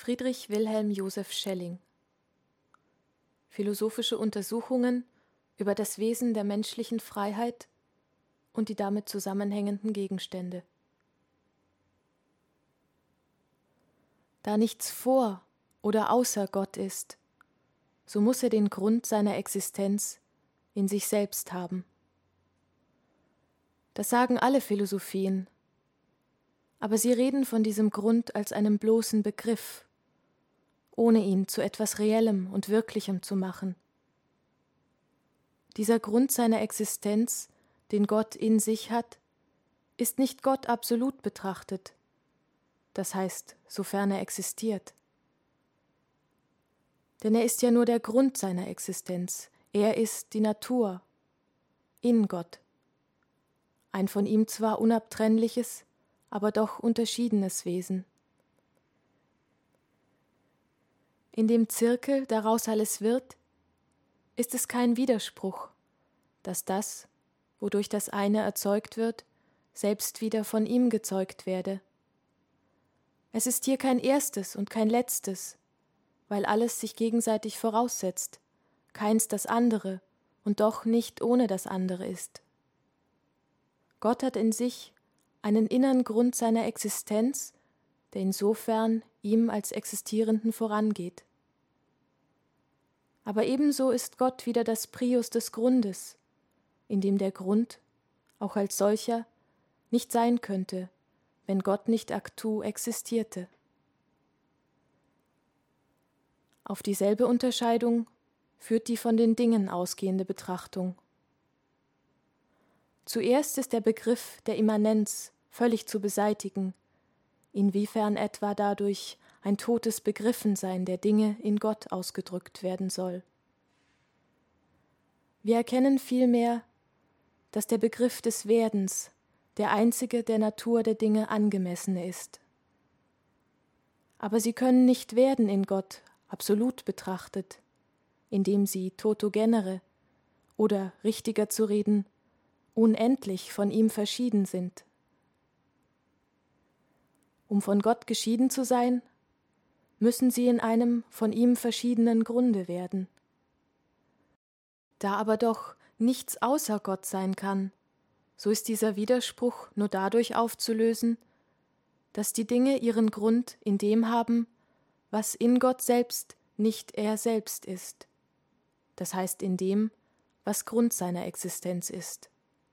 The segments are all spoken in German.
Friedrich Wilhelm Joseph Schelling. Philosophische Untersuchungen über das Wesen der menschlichen Freiheit und die damit zusammenhängenden Gegenstände. Da nichts vor oder außer Gott ist, so muss er den Grund seiner Existenz in sich selbst haben. Das sagen alle Philosophien, aber sie reden von diesem Grund als einem bloßen Begriff, ohne ihn zu etwas Reellem und Wirklichem zu machen. Dieser Grund seiner Existenz, den Gott in sich hat, ist nicht Gott absolut betrachtet, das heißt, sofern er existiert. Denn er ist ja nur der Grund seiner Existenz, er ist die Natur, in Gott. Ein von ihm zwar unabtrennliches, aber doch unterschiedenes Wesen. In dem Zirkel, daraus alles wird, ist es kein Widerspruch, dass das, wodurch das eine erzeugt wird, selbst wieder von ihm gezeugt werde. Es ist hier kein Erstes und kein Letztes, weil alles sich gegenseitig voraussetzt, keins das andere und doch nicht ohne das andere ist. Gott hat in sich einen inneren Grund seiner Existenz, der insofern ihm als Existierenden vorangeht. Aber ebenso ist Gott wieder das Prius des Grundes, in dem der Grund, auch als solcher, nicht sein könnte, wenn Gott nicht actu existierte. Auf dieselbe Unterscheidung führt die von den Dingen ausgehende Betrachtung. Zuerst ist der Begriff der Immanenz völlig zu beseitigen, inwiefern etwa dadurch ein totes Begriffensein der Dinge in Gott ausgedrückt werden soll. Wir erkennen vielmehr, dass der Begriff des Werdens der einzige der Natur der Dinge angemessene ist. Aber sie können nicht werden in Gott, absolut betrachtet, indem sie toto genere oder, richtiger zu reden, unendlich von ihm verschieden sind. Um von Gott geschieden zu sein, müssen sie in einem von ihm verschiedenen Grunde werden. Da aber doch nichts außer Gott sein kann, so ist dieser Widerspruch nur dadurch aufzulösen, dass die Dinge ihren Grund in dem haben, was in Gott selbst nicht er selbst ist, das heißt in dem, was Grund seiner Existenz ist.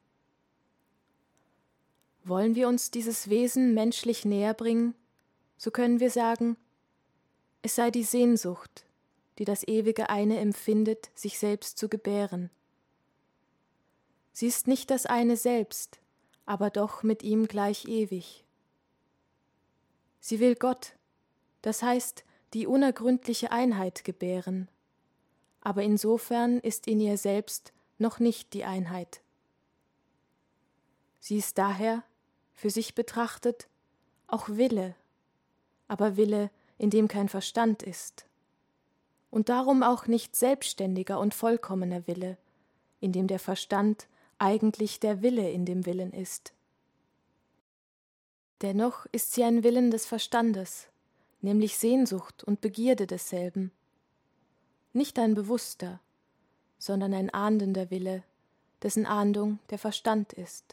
Wollen wir uns dieses Wesen menschlich näher bringen, so können wir sagen, es sei die Sehnsucht, die das ewige Eine empfindet, sich selbst zu gebären. Sie ist nicht das Eine selbst, aber doch mit ihm gleich ewig. Sie will Gott, das heißt die unergründliche Einheit gebären, aber insofern ist in ihr selbst noch nicht die Einheit. Sie ist daher, für sich betrachtet, auch Wille, aber Wille, in dem kein Verstand ist. Und darum auch nicht selbstständiger und vollkommener Wille, in dem der Verstand eigentlich der Wille in dem Willen ist. Dennoch ist sie ein Willen des Verstandes, nämlich Sehnsucht und Begierde desselben. Nicht ein bewusster, sondern ein ahndender Wille, dessen Ahndung der Verstand ist.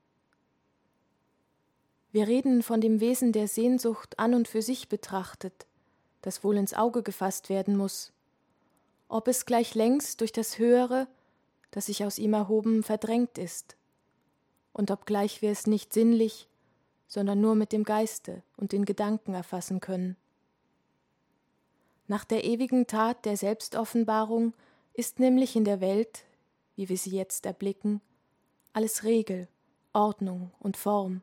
Wir reden von dem Wesen der Sehnsucht an und für sich betrachtet, das wohl ins Auge gefasst werden muss, ob es gleich längst durch das Höhere, das sich aus ihm erhoben, verdrängt ist, und obgleich wir es nicht sinnlich, sondern nur mit dem Geiste und den Gedanken erfassen können. Nach der ewigen Tat der Selbstoffenbarung ist nämlich in der Welt, wie wir sie jetzt erblicken, alles Regel, Ordnung und Form.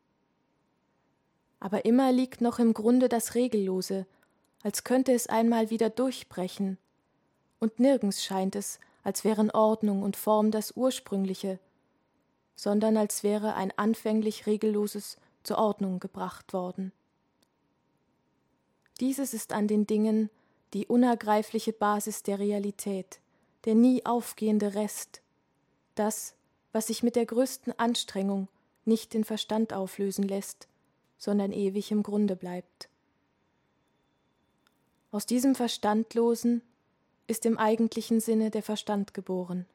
Aber immer liegt noch im Grunde das Regellose, als könnte es einmal wieder durchbrechen, und nirgends scheint es, als wären Ordnung und Form das Ursprüngliche, sondern als wäre ein anfänglich Regelloses zur Ordnung gebracht worden. Dieses ist an den Dingen die unergreifliche Basis der Realität, der nie aufgehende Rest, das, was sich mit der größten Anstrengung nicht in Verstand auflösen lässt, sondern ewig im Grunde bleibt. Aus diesem Verstandlosen ist im eigentlichen Sinne der Verstand geboren.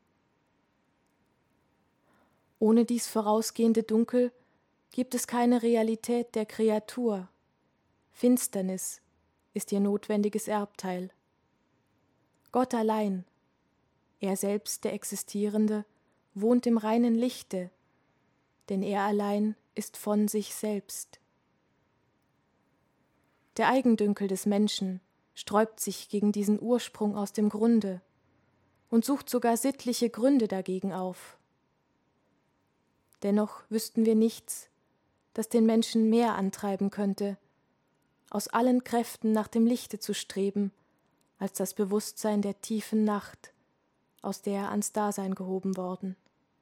Ohne dies vorausgehende Dunkel gibt es keine Realität der Kreatur. Finsternis ist ihr notwendiges Erbteil. Gott allein, er selbst der Existierende, wohnt im reinen Lichte, denn er allein ist von sich selbst. Der Eigendünkel des Menschen sträubt sich gegen diesen Ursprung aus dem Grunde und sucht sogar sittliche Gründe dagegen auf. Dennoch wüssten wir nichts, das den Menschen mehr antreiben könnte, aus allen Kräften nach dem Lichte zu streben, als das Bewusstsein der tiefen Nacht, aus der er ans Dasein gehoben worden.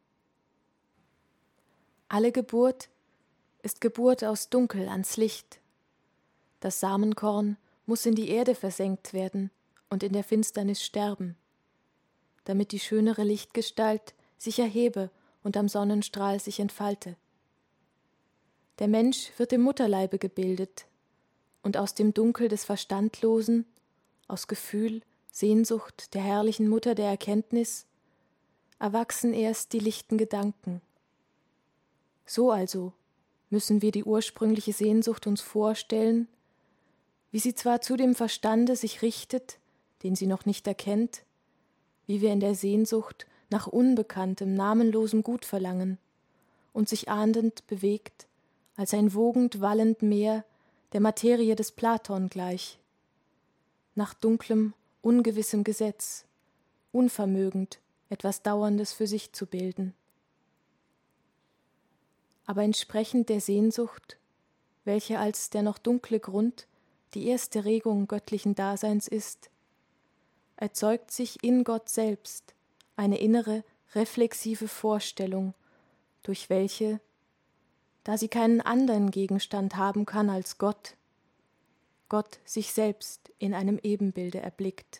Alle Geburt ist Geburt aus Dunkel ans Licht. Das Samenkorn muss in die Erde versenkt werden und in der Finsternis sterben, damit die schönere Lichtgestalt sich erhebe und am Sonnenstrahl sich entfalte. Der Mensch wird im Mutterleibe gebildet, und aus dem Dunkel des Verstandlosen, aus Gefühl, Sehnsucht der herrlichen Mutter der Erkenntnis, erwachsen erst die lichten Gedanken. So also müssen wir die ursprüngliche Sehnsucht uns vorstellen, wie sie zwar zu dem Verstande sich richtet, den sie noch nicht erkennt, wie wir in der Sehnsucht nach unbekanntem, namenlosem Gut verlangen und sich ahndend bewegt, als ein wogend, wallend Meer der Materie des Platon gleich, nach dunklem, ungewissem Gesetz, unvermögend, etwas Dauerndes für sich zu bilden. Aber entsprechend der Sehnsucht, welche als der noch dunkle Grund die erste Regung göttlichen Daseins ist, erzeugt sich in Gott selbst eine innere, reflexive Vorstellung, durch welche, da sie keinen anderen Gegenstand haben kann als Gott, Gott sich selbst in einem Ebenbilde erblickt.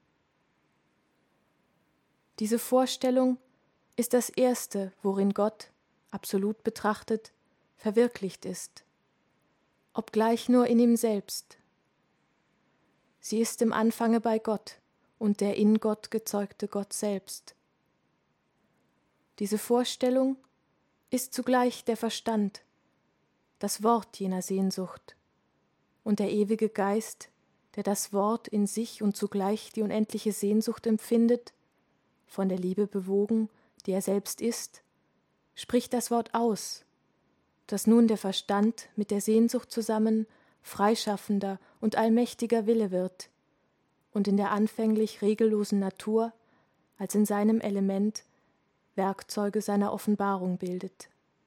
Diese Vorstellung ist das Erste, worin Gott, absolut betrachtet, verwirklicht ist, obgleich nur in ihm selbst. Sie ist im Anfange bei Gott und der in Gott gezeugte Gott selbst. Diese Vorstellung ist zugleich der Verstand, das Wort jener Sehnsucht und der ewige Geist, der das Wort in sich und zugleich die unendliche Sehnsucht empfindet, von der Liebe bewogen, die er selbst ist, spricht das Wort aus, das nun der Verstand mit der Sehnsucht zusammen freischaffender und allmächtiger Wille wird und in der anfänglich regellosen Natur als in seinem Element Werkzeuge seiner Offenbarung bildet.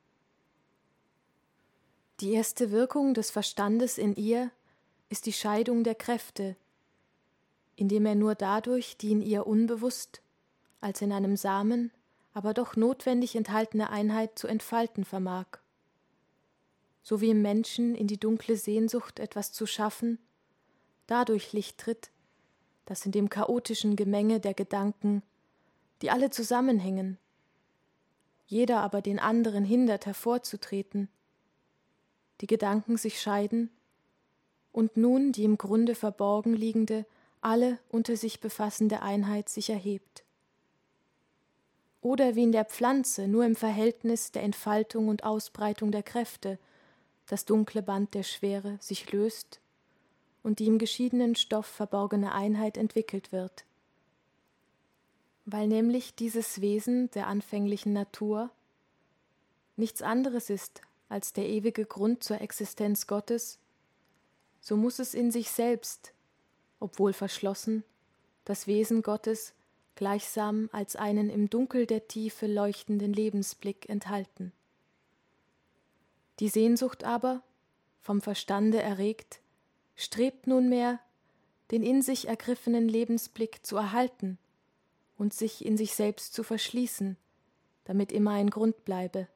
Die erste Wirkung des Verstandes in ihr ist die Scheidung der Kräfte, indem er nur dadurch die in ihr unbewusst, als in einem Samen, aber doch notwendig enthaltene Einheit zu entfalten vermag. So wie im Menschen in die dunkle Sehnsucht etwas zu schaffen, dadurch Licht tritt, das in dem chaotischen Gemenge der Gedanken, die alle zusammenhängen, jeder aber den anderen hindert hervorzutreten, die Gedanken sich scheiden und nun die im Grunde verborgen liegende, alle unter sich befassende Einheit sich erhebt. Oder wie in der Pflanze nur im Verhältnis der Entfaltung und Ausbreitung der Kräfte das dunkle Band der Schwere sich löst und die im geschiedenen Stoff verborgene Einheit entwickelt wird. Weil nämlich dieses Wesen der anfänglichen Natur nichts anderes ist als der ewige Grund zur Existenz Gottes, so muss es in sich selbst, obwohl verschlossen, das Wesen Gottes gleichsam als einen im Dunkel der Tiefe leuchtenden Lebensblick enthalten. Die Sehnsucht aber, vom Verstande erregt, strebt nunmehr, den in sich ergriffenen Lebensblick zu erhalten und sich in sich selbst zu verschließen, damit immer ein Grund bleibe.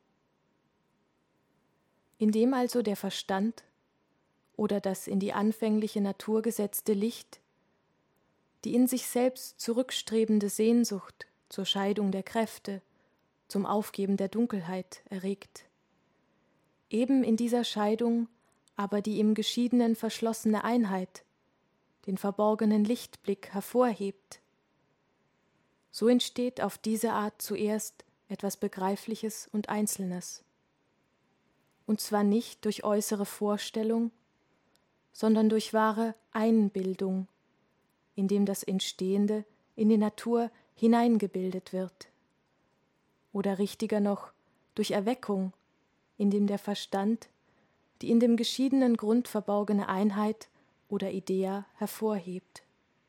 Indem also der Verstand oder das in die anfängliche Natur gesetzte Licht die in sich selbst zurückstrebende Sehnsucht zur Scheidung der Kräfte, zum Aufgeben der Dunkelheit erregt. Eben in dieser Scheidung aber die im Geschiedenen verschlossene Einheit, den verborgenen Lichtblick hervorhebt. So entsteht auf diese Art zuerst etwas Begreifliches und Einzelnes. Und zwar nicht durch äußere Vorstellung, sondern durch wahre Einbildung, indem das Entstehende in die Natur hineingebildet wird. Oder richtiger noch, durch Erweckung, indem der Verstand die in dem geschiedenen Grund verborgene Einheit oder Idea hervorhebt.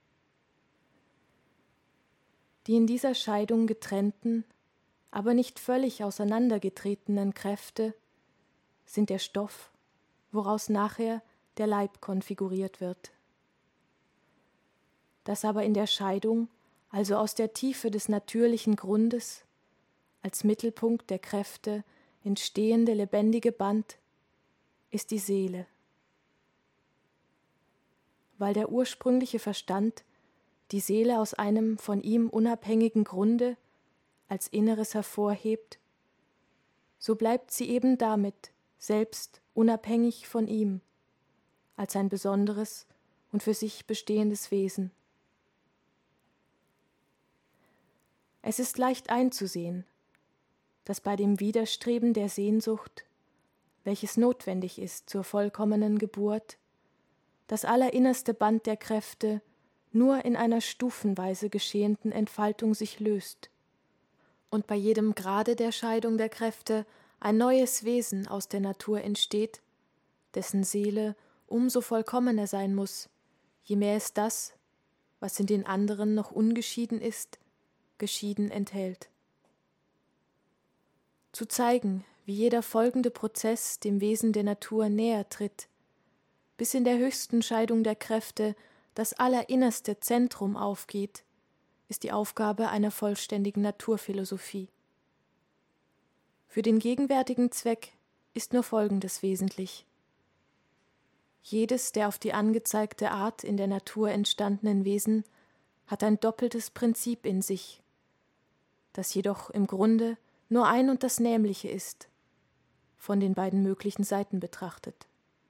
Die in dieser Scheidung getrennten, aber nicht völlig auseinandergetretenen Kräfte sind der Stoff, woraus nachher der Leib konfiguriert wird. Das aber in der Scheidung, also aus der Tiefe des natürlichen Grundes, als Mittelpunkt der Kräfte entstehende lebendige Band, ist die Seele. Weil der ursprüngliche Verstand die Seele aus einem von ihm unabhängigen Grunde als Inneres hervorhebt, so bleibt sie eben damit selbst unabhängig von ihm, als ein besonderes und für sich bestehendes Wesen. Es ist leicht einzusehen, dass bei dem Widerstreben der Sehnsucht, welches notwendig ist zur vollkommenen Geburt, das allerinnerste Band der Kräfte nur in einer stufenweise geschehenden Entfaltung sich löst und bei jedem Grade der Scheidung der Kräfte ein neues Wesen aus der Natur entsteht, dessen Seele umso vollkommener sein muss, je mehr es das, was in den anderen noch ungeschieden ist, geschieden enthält. Zu zeigen, wie jeder folgende Prozess dem Wesen der Natur näher tritt, bis in der höchsten Scheidung der Kräfte das allerinnerste Zentrum aufgeht, ist die Aufgabe einer vollständigen Naturphilosophie. Für den gegenwärtigen Zweck ist nur Folgendes wesentlich. Jedes der auf die angezeigte Art in der Natur entstandenen Wesen hat ein doppeltes Prinzip in sich, das jedoch im Grunde nur ein und das Nämliche ist, von den beiden möglichen Seiten betrachtet.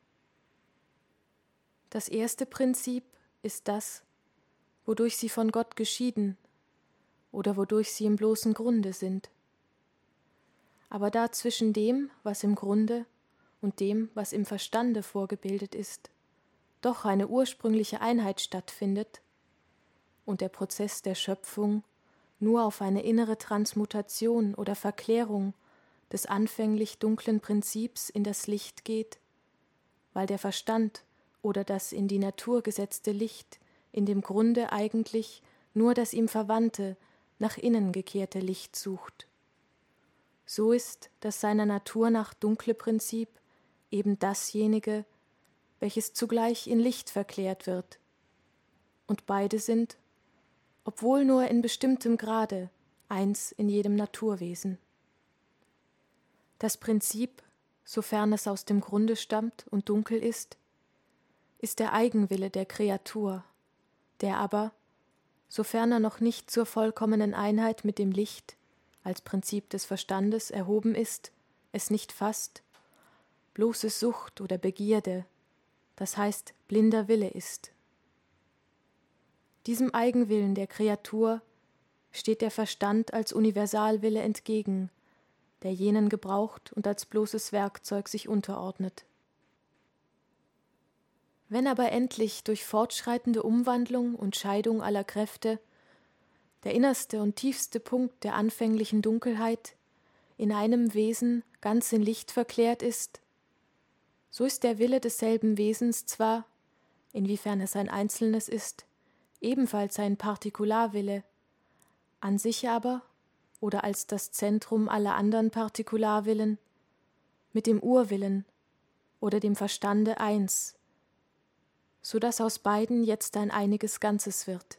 Das erste Prinzip ist das, wodurch sie von Gott geschieden oder wodurch sie im bloßen Grunde sind. Aber da zwischen dem, was im Grunde und dem, was im Verstande vorgebildet ist, doch eine ursprüngliche Einheit stattfindet und der Prozess der Schöpfung nur auf eine innere Transmutation oder Verklärung des anfänglich dunklen Prinzips in das Licht geht, weil der Verstand oder das in die Natur gesetzte Licht in dem Grunde eigentlich nur das ihm verwandte, nach innen gekehrte Licht sucht. So ist das seiner Natur nach dunkle Prinzip eben dasjenige, welches zugleich in Licht verklärt wird. Und beide sind, obwohl nur in bestimmtem Grade, eins in jedem Naturwesen. Das Prinzip, sofern es aus dem Grunde stammt und dunkel ist der Eigenwille der Kreatur, der aber, sofern er noch nicht zur vollkommenen Einheit mit dem Licht als Prinzip des Verstandes erhoben ist, es nicht fasst, bloße Sucht oder Begierde, das heißt blinder Wille ist. Diesem Eigenwillen der Kreatur steht der Verstand als Universalwille entgegen, der jenen gebraucht und als bloßes Werkzeug sich unterordnet. Wenn aber endlich durch fortschreitende Umwandlung und Scheidung aller Kräfte der innerste und tiefste Punkt der anfänglichen Dunkelheit in einem Wesen ganz in Licht verklärt ist, so ist der Wille desselben Wesens zwar, inwiefern es ein einzelnes ist, ebenfalls ein Partikularwille, an sich aber oder als das Zentrum aller anderen Partikularwillen mit dem Urwillen oder dem Verstande eins, so dass aus beiden jetzt ein einiges Ganzes wird.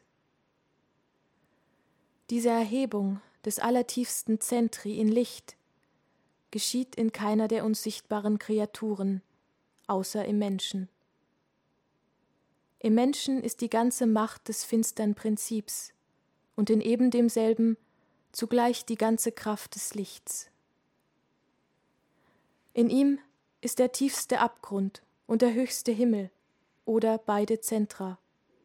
Diese Erhebung des allertiefsten Zentri in Licht geschieht in keiner der uns sichtbaren Kreaturen, außer im Menschen. Im Menschen ist die ganze Macht des finstern Prinzips und in eben demselben zugleich die ganze Kraft des Lichts. In ihm ist der tiefste Abgrund und der höchste Himmel oder beide Zentra,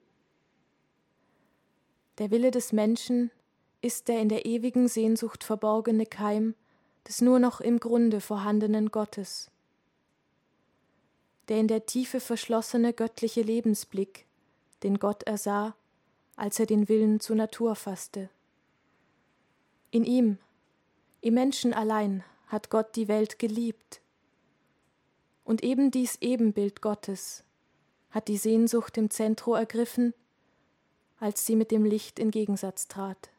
Der Wille des Menschen ist der in der ewigen Sehnsucht verborgene Keim des nur noch im Grunde vorhandenen Gottes. Der in der Tiefe verschlossene göttliche Lebensblick, den Gott ersah, als er den Willen zur Natur fasste. In ihm, im Menschen allein, hat Gott die Welt geliebt. Und eben dies Ebenbild Gottes hat die Sehnsucht im Zentrum ergriffen, als sie mit dem Licht in Gegensatz trat.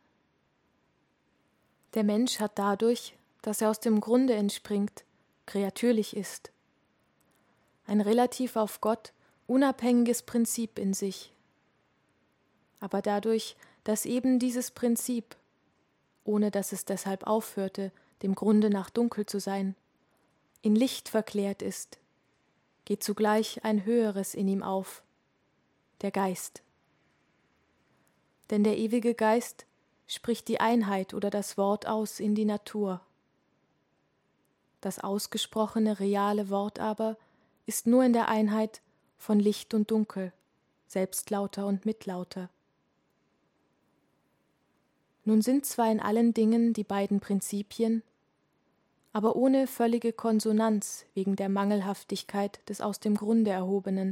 Der Mensch hat dadurch, dass er aus dem Grunde entspringt, kreatürlich ist, ein relativ auf Gott unabhängiges Prinzip in sich. Aber dadurch, dass eben dieses Prinzip, ohne dass es deshalb aufhörte, dem Grunde nach dunkel zu sein, in Licht verklärt ist, geht zugleich ein Höheres in ihm auf, der Geist. Denn der ewige Geist spricht die Einheit oder das Wort aus in die Natur. Das ausgesprochene, reale Wort aber ist nur in der Einheit von Licht und Dunkel, Selbstlauter und Mitlauter. Nun sind zwar in allen Dingen die beiden Prinzipien, aber ohne völlige Konsonanz wegen der Mangelhaftigkeit des aus dem Grunde Erhobenen.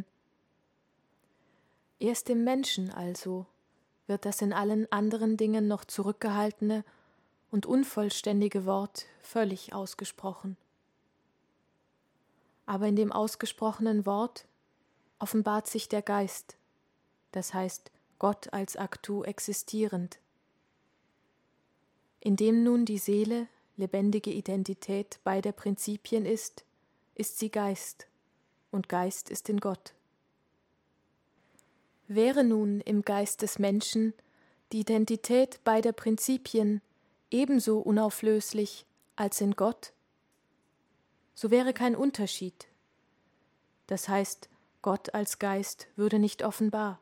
Erst im Menschen also wird das in allen anderen Dingen noch zurückgehaltene und unvollständige Wort völlig ausgesprochen. Aber in dem ausgesprochenen Wort offenbart sich der Geist, das heißt Gott als actu existierend. Indem nun die Seele lebendige Identität beider Prinzipien ist sie Geist, und Geist ist in Gott. Wäre nun im Geist des Menschen die Identität beider Prinzipien ebenso unauflöslich als in Gott, so wäre kein Unterschied. Das heißt, Gott als Geist würde nicht offenbar.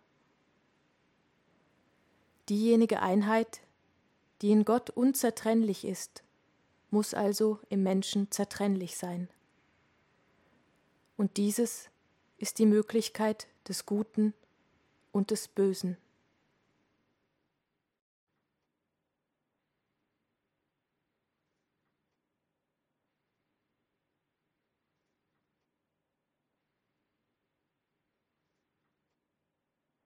Diejenige Einheit, die in Gott unzertrennlich ist, muss also im Menschen zertrennlich sein. Und dieses ist die Möglichkeit des Guten und des Bösen.